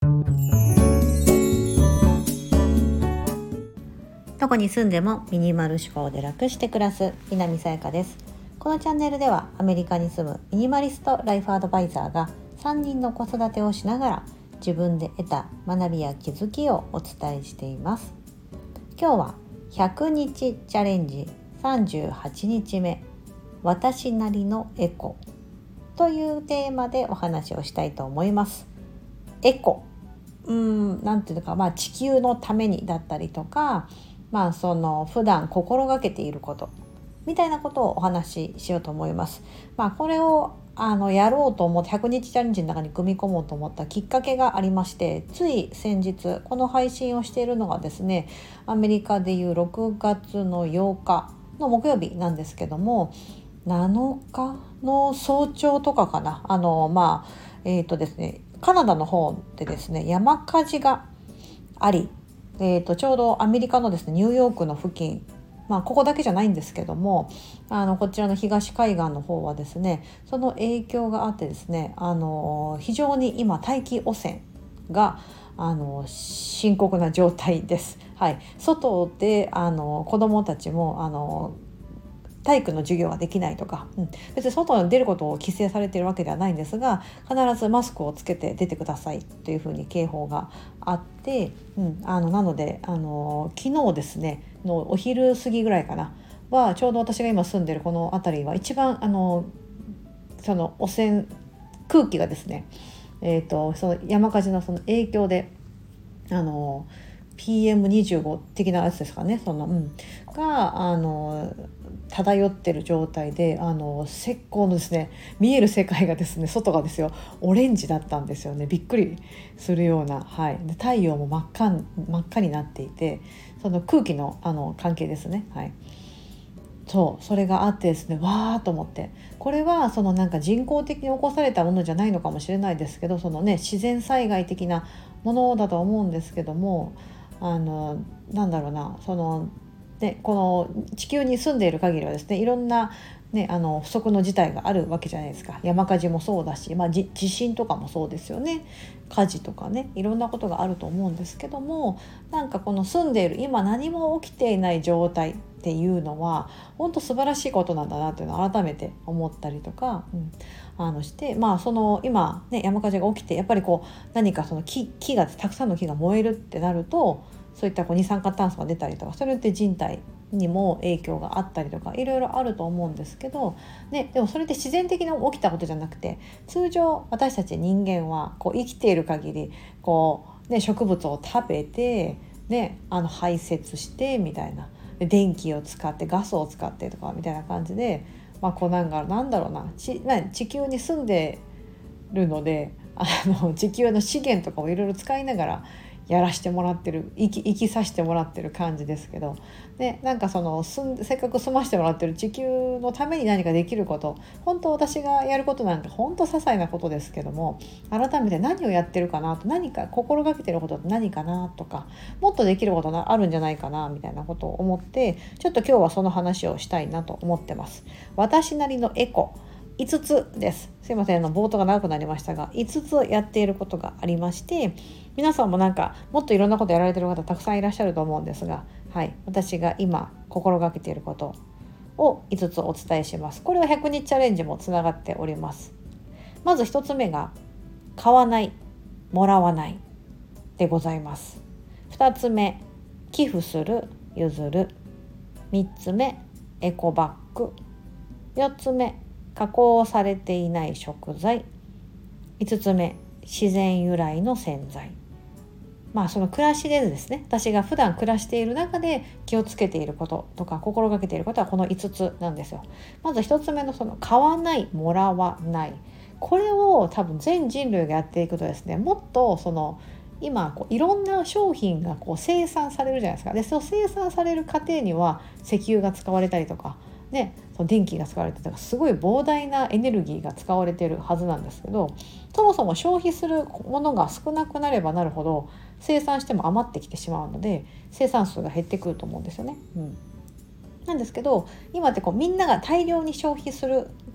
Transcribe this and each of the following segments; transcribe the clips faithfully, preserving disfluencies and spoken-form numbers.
どこに住んでもミニマル思考で楽して暮らす南さやかです。このチャンネルではアメリカに住むミニマリストライフアドバイザーがさんにんの子育てをしながら自分で得た学びや気づきをお伝えしています。今日はひゃくにちチャレンジさんじゅうはちにちめ、私なりのエコというテーマでお話をしたいと思います。エコ、うーん、なんていうのか、まあ地球のためにだったりとか、まあその普段心がけていることみたいなことをお話ししようと思います。まあこれをあのやろうと思ってひゃくにちチャレンジの中に組み込もうと思ったきっかけがありまして、つい先日この配信をしているのがですね、アメリカでいうろくがつのようかの木曜日なんですけども、なのかの早朝とかかな、あのまあえっとですねカナダの方でですね山火事があり、えーとちょうどアメリカのですねニューヨークの付近、まあ、ここだけじゃないんですけども、あのこちらの東海岸の方はですねその影響があってですね、あの非常に今大気汚染があの深刻な状態です。はい、外であの子どもたちもあの体育の授業ができないとか、うん、別に外に出ることを規制されているわけではないんですが、必ずマスクをつけて出てくださいというふうに警報があって、うん、あのなのであの昨日ですねのお昼過ぎぐらいかなはちょうど私が今住んでるこの辺りは一番あのその汚染空気がですね、えーと、その山火事のその影響であの ピーエムにじゅうご 的なやつですかね、その、うん、があの漂ってる状態で、あの石膏のですね見える世界がですね外がですよオレンジだったんですよね。びっくりするような、はい、で太陽も真っ赤真っ赤になっていて、その空気のあの関係ですね、はい、そうそれがあってですね、わーと思って、これはそのなんか人工的に起こされたものじゃないのかもしれないですけど、そのね自然災害的なものだと思うんですけども、あのなんだろうな、そのでこの地球に住んでいる限りはですねいろんな、ね、あの不測の事態があるわけじゃないですか。山火事もそうだし、まあ、地震とかもそうですよね。火事とかね、いろんなことがあると思うんですけども、なんかこの住んでいる今何も起きていない状態っていうのは本当素晴らしいことなんだなというのを改めて思ったりとか、うん、あのして、まあその今ね山火事が起きてやっぱりこう何かその 木, 木がたくさんの木が燃えるってなると、そういったこう二酸化炭素が出たりとか、それって人体にも影響があったりとかいろいろあると思うんですけど、ね、でもそれって自然的に起きたことじゃなくて、通常私たち人間はこう生きている限りこう、ね、植物を食べて、ね、あの排泄してみたいな、で電気を使ってガスを使ってとかみたいな感じで、まあ、こうなんかなんだろうな、ち、まあ、地球に住んでるので、あの地球の資源とかをいろいろ使いながらやらしてもらってる、生き生きさせてもらってる感じですけど、でなんかそのすんせっかく住ましてもらってる地球のために何かできること、本当私がやることなんて本当些細なことですけども、改めて何をやってるかなと、何か心がけてることって何かなとか、もっとできることがあるんじゃないかなみたいなことを思って、ちょっと今日はその話をしたいなと思ってます。私なりのエコいつつです。すいません、あの冒頭が長くなりましたが、いつつやっていることがありまして、皆さんもなんかもっといろんなことやられている方たくさんいらっしゃると思うんですが、はい、私が今心がけていることをいつつお伝えします。これはひゃくにちチャレンジもつながっております。まずひとつめが買わない、もらわないでございます。ふたつめ、寄付する、譲る。みっつめ、エコバッグ。よっつめ、加工されていない食材。いつつめ、自然由来の洗剤。まあその暮らしでですね、私が普段暮らしている中で気をつけていることとか心がけていることはこのいつつなんですよ。まずひとつめのその買わない、もらわない、これを多分全人類がやっていくとですね、もっとその今こういろんな商品がこう生産されるじゃないですか。でその生産される過程には石油が使われたりとかね、その電気が使われてたらすごい膨大なエネルギーが使われているはずなんですけど、そもそも消費するものが少なくなればなるほど生産しても余ってきてしまうので、生産数が減ってくると思うんですよね。うん、なんですけど今ってこうみんなが大量に消費する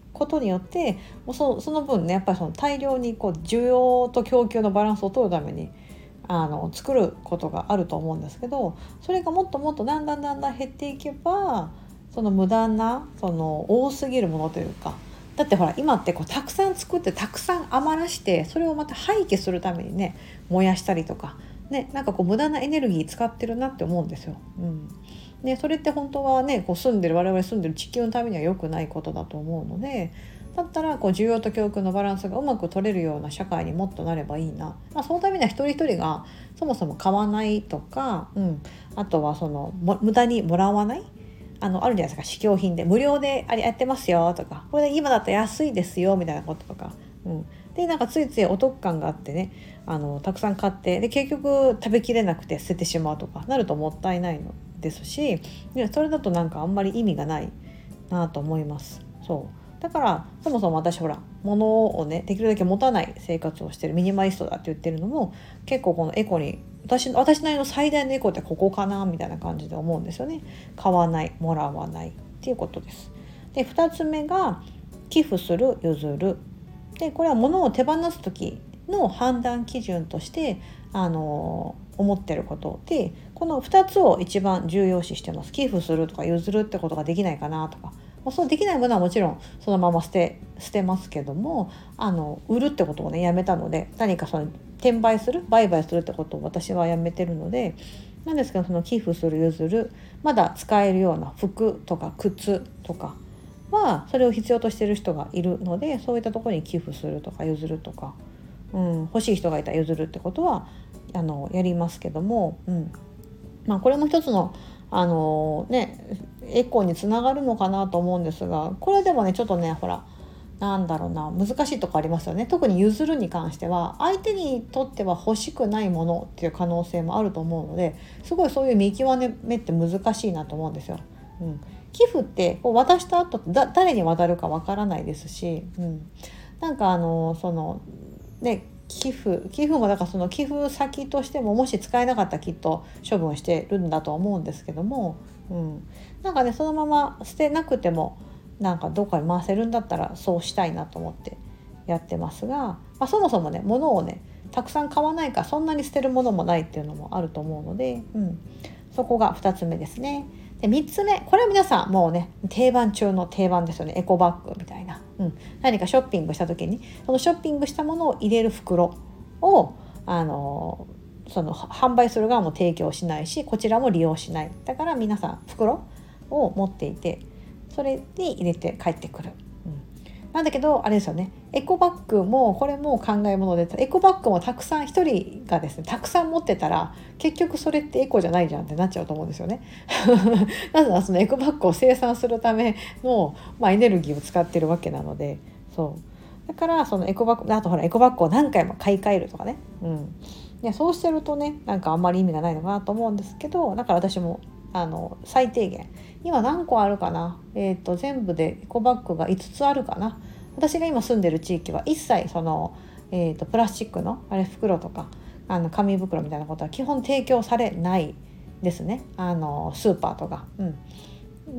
ことによってもう そ, その分ねやっぱりその大量にこう需要と供給のバランスを取るためにあの作ることがあると思うんですけど、それがもっともっとだんだんだんだん減っていけばその無駄なその多すぎるものというか、だってほら今ってこうたくさん作ってたくさん余らしてそれをまた廃棄するためにね燃やしたりとかね、なんかこう無駄なエネルギー使ってるなって思うんですよ。うんね、それって本当はねこう住んでる我々住んでる地球のためには良くないことだと思うので、だったらこう需要と供給のバランスがうまく取れるような社会にもっとなればいいな、まあ、そのためには一人一人がそもそも買わないとか、うん、あとはそのも無駄にもらわない、あのあるじゃないですか、試供品で無料であれやってますよとか、これで今だったら安いですよみたいなこととか、うん、でなんかついついお得感があってね、あのたくさん買ってで結局食べきれなくて捨ててしまうとかなるともったいないのですし、それだとなんかあんまり意味がないなと思います。そうだからそもそも私ほら物をねできるだけ持たない生活をしてるミニマリストだって言ってるのも結構このエコに私私なりの最大のエコってここかなみたいな感じで思うんですよね。買わない、もらわないっていうことです。でふたつめが寄付する、譲る。でこれは物を手放す時の判断基準としてあの思ってることで、このふたつを一番重要視してます。寄付するとか譲るってことができないかなとか、そうできないものはもちろんそのまま捨て捨てますけども、あの売るってことをねやめたので、何かその転売する売買するってことを私はやめてるので、なんですけどその寄付する、譲る、まだ使えるような服とか靴とかはそれを必要としている人がいるので、そういったところに寄付するとか譲るとか、うん、欲しい人がいたら譲るってことはあのやりますけども、うんまあ、これも一つのあのねエコにつながるのかなと思うんですが、これでもねちょっとねほらなんだろうな難しいとこありますよね。特に譲るに関しては相手にとっては欲しくないものっていう可能性もあると思うので、すごいそういう見極めって難しいなと思うんですよ。うん、寄付ってこう渡した後だ誰に渡るかわからないですし、うん、なんかあのそのね寄付寄付もだからその寄付先としてももし使えなかったらきっと処分してるんだと思うんですけども、うん、なんかねそのまま捨てなくてもなんかどっかに回せるんだったらそうしたいなと思ってやってますが、まあ、そもそもね物をねたくさん買わないからそんなに捨てるものもないっていうのもあると思うので、うん、そこがふたつめですね。でみっつめ、これは皆さんもうね定番中の定番ですよね。エコバッグみたいな、うん、何かショッピングした時にそのショッピングしたものを入れる袋をあのその販売する側も提供しないしこちらも利用しない。だから皆さん袋を持っていてそれに入れて帰ってくる、うん、なんだけどあれですよね、エコバッグもこれも考え物で、エコバッグもたくさん一人がですねたくさん持ってたら結局それってエコじゃないじゃんってなっちゃうと思うんですよねなぜならそのエコバッグを生産するための、まあ、エネルギーを使ってるわけなので、そうだからそのエコバッグあとほらエコバッグを何回も買い替えるとかね、うん、いやそうしてるとねなんかあんまり意味がないのかなと思うんですけど、だから私もあの最低限今何個あるかな、えーと全部でエコバッグがいつつあるかな。私が今住んでる地域は一切その、えーとプラスチックのあれ袋とかあの紙袋みたいなことは基本提供されないですね、あのスーパーとか、うん、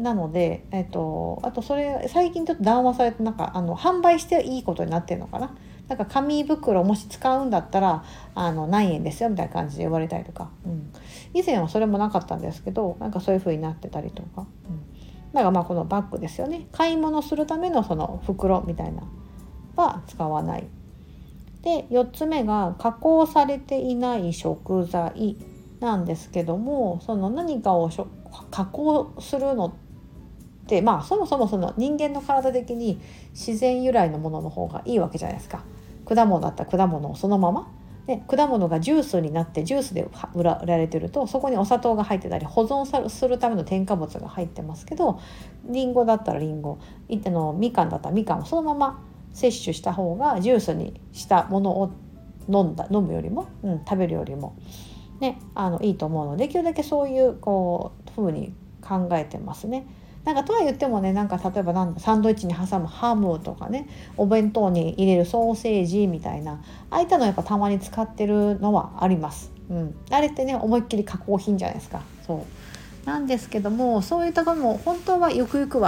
なので、えーと、あとそれ最近ちょっと談話されてなんかあの販売していいことになってるのかな。なんか紙袋もし使うんだったらあの何円ですよみたいな感じで言われたりとか、うん、以前はそれもなかったんですけどなんかそういう風になってたりとか、うん、だからまあこのバッグですよね、買い物するためのその袋みたいなは使わない。でよっつめが加工されていない食材なんですけども、その何かを加工するのってまあそもそもその人間の体的に自然由来のものの方がいいわけじゃないですか。果物だったら果物をそのまま、ね、果物がジュースになってジュースで売られてるとそこにお砂糖が入ってたり保存するための添加物が入ってますけど、リンゴだったらリンゴ、あのみかんだったらみかんをそのまま摂取した方がジュースにしたものを飲んだ飲むよりも、うん、食べるよりも、ね、あのいいと思うのでできるだけそういうこう風に考えてますね。なんかとは言ってもね、なんか例えばなんだサンドイッチに挟むハムとかね、お弁当に入れるソーセージみたいなああいったのやっぱたまに使ってるのはあります、うん、あれってね思いっきり加工品じゃないですか。そうなんですけども、そういったものも本当はゆくゆくは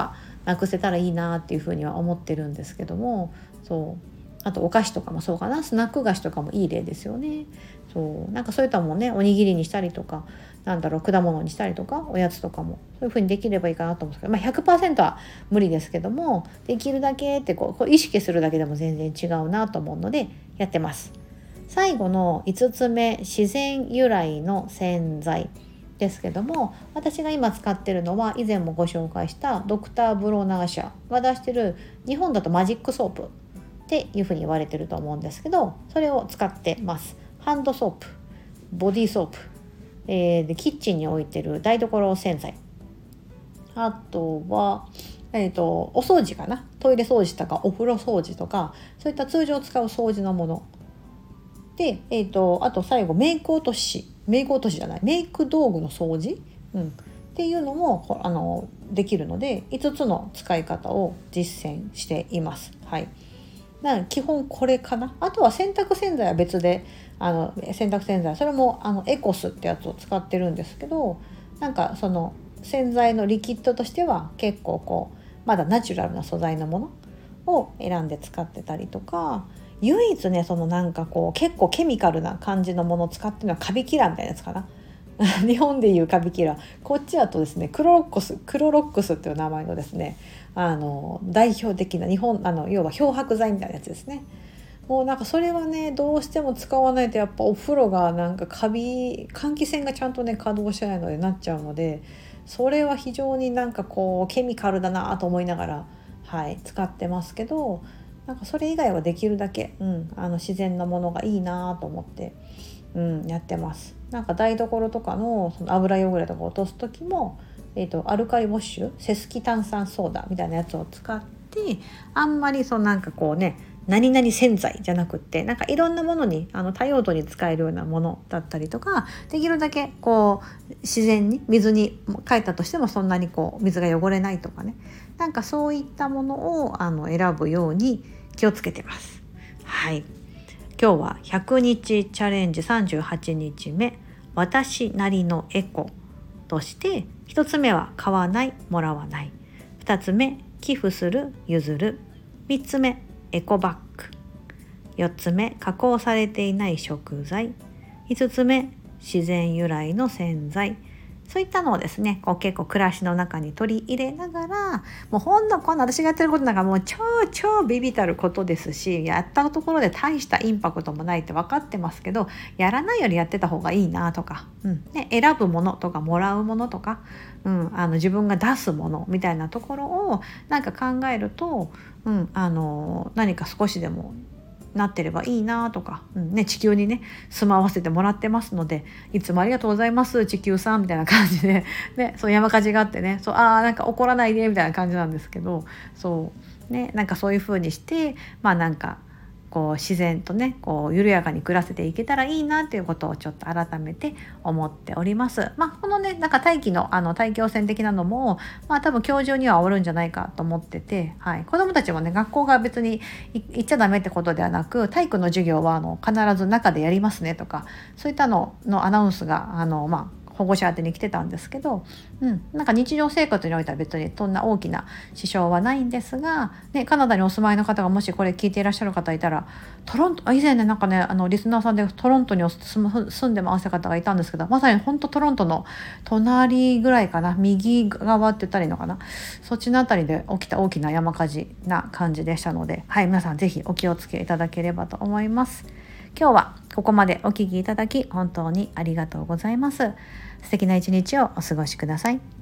なくせたらいいなっていうふうには思ってるんですけども、そうあとお菓子とかもそうかな、スナック菓子とかもいい例ですよね。そうなんかそういったもんね、おにぎりにしたりとか、なんだろう、果物にしたりとか、おやつとかもそういう風にできればいいかなと思うんですけど、まあ、ひゃくパーセント は無理ですけども、できるだけってこう、こう意識するだけでも全然違うなと思うのでやってます。最後のいつつめ、自然由来の洗剤ですけども、私が今使ってるのは以前もご紹介したドクターブロナー社が出してる、日本だとマジックソープっていうふうに言われてると思うんですけど、それを使ってます。ハンドソープ、ボディーソープ、えー、でキッチンに置いてる台所洗剤、あとは、えーと、お掃除かな、トイレ掃除とかお風呂掃除とか、そういった通常使う掃除のもので、えーと、あと最後メイク落としメイク落としじゃないメイク道具の掃除、うん、っていうのもあのできるので、いつつの使い方を実践しています。はい、だから基本これかな。あとは洗濯洗剤は別で、あの洗濯洗剤それもあのエコスってやつを使ってるんですけど、なんかその洗剤のリキッドとしては結構こうまだナチュラルな素材のものを選んで使ってたりとか、唯一ねそのなんかこう結構ケミカルな感じのものを使ってるのはカビキラーみたいなやつかな日本でいうカビキラー、こっちだとですねクロロックスクロロックスっていう名前のですね、あの代表的な日本あの要は漂白剤みたいなやつですね。もうなんかそれはねどうしても使わないとやっぱお風呂がなんかカビ換気扇がちゃんとね稼働してないのでなっちゃうので、それは非常になんかこうケミカルだなと思いながら、はい、使ってますけど、なんかそれ以外はできるだけ、うん、あの自然なものがいいなと思って、うん、やってます。なんか台所とか の, その油汚れとか落とす時も、えーと、アルカリウォッシュセスキ炭酸ソーダみたいなやつを使って、あんまりそのなんかこうね何々洗剤じゃなくって、なんかいろんなものにあの多用途に使えるようなものだったりとか、できるだけこう自然に水に変えたとしてもそんなにこう水が汚れないとかね、なんかそういったものをあの選ぶように気をつけてます。はい、今日はひゃくにちチャレンジさんじゅうはちにちめ、私なりのエコとして、ひとつめは買わないもらわない、ふたつめ寄付する譲る、みっつめエコバッグ、よっつめ加工されていない食材、いつつめ自然由来の洗剤、そういったのをですねこう結構暮らしの中に取り入れながら、もうほんのこんな私がやってることなんかもう超超ビビたることですし、やったところで大したインパクトもないって分かってますけど、やらないよりやってた方がいいなとか、うんね、選ぶものとかもらうものとか、うん、あの自分が出すものみたいなところをなんか考えると、うん、あの何か少しでもなってればいいなとか、うんね、地球にね住まわせてもらってますので、いつもありがとうございます地球さんみたいな感じで、ね、そう山火事があってね、そうあーなんか怒らないでみたいな感じなんですけど、そうね、なんかそういう風にして、まあなんかこう自然とねこう緩やかに暮らせていけたらいいなということをちょっと改めて思っております。まあこのねなんか大気のあの大気汚染的なのもまあ多分今日中には終わるんじゃないかと思ってて、はい、子どもたちもね学校が別に行っちゃダメってことではなく、体育の授業はあの必ず中でやりますねとか、そういったののアナウンスがあのまあ保護者宛てに来てたんですけど、うん、なんか日常生活においては別にそんな大きな支障はないんですが、ね、カナダにお住まいの方がもしこれ聞いていらっしゃる方いたら、トロント以前ねなんかねあのリスナーさんでトロントに住んでます方がいたんですけど、まさに本当トロントの隣ぐらいかな、右側って言ったらいいのかな、そっちのあたりで起きた大きな山火事な感じでしたので、はい、皆さんぜひお気をつけいただければと思います。今日はここまでお聞きいただき本当にありがとうございます。素敵な一日をお過ごしください。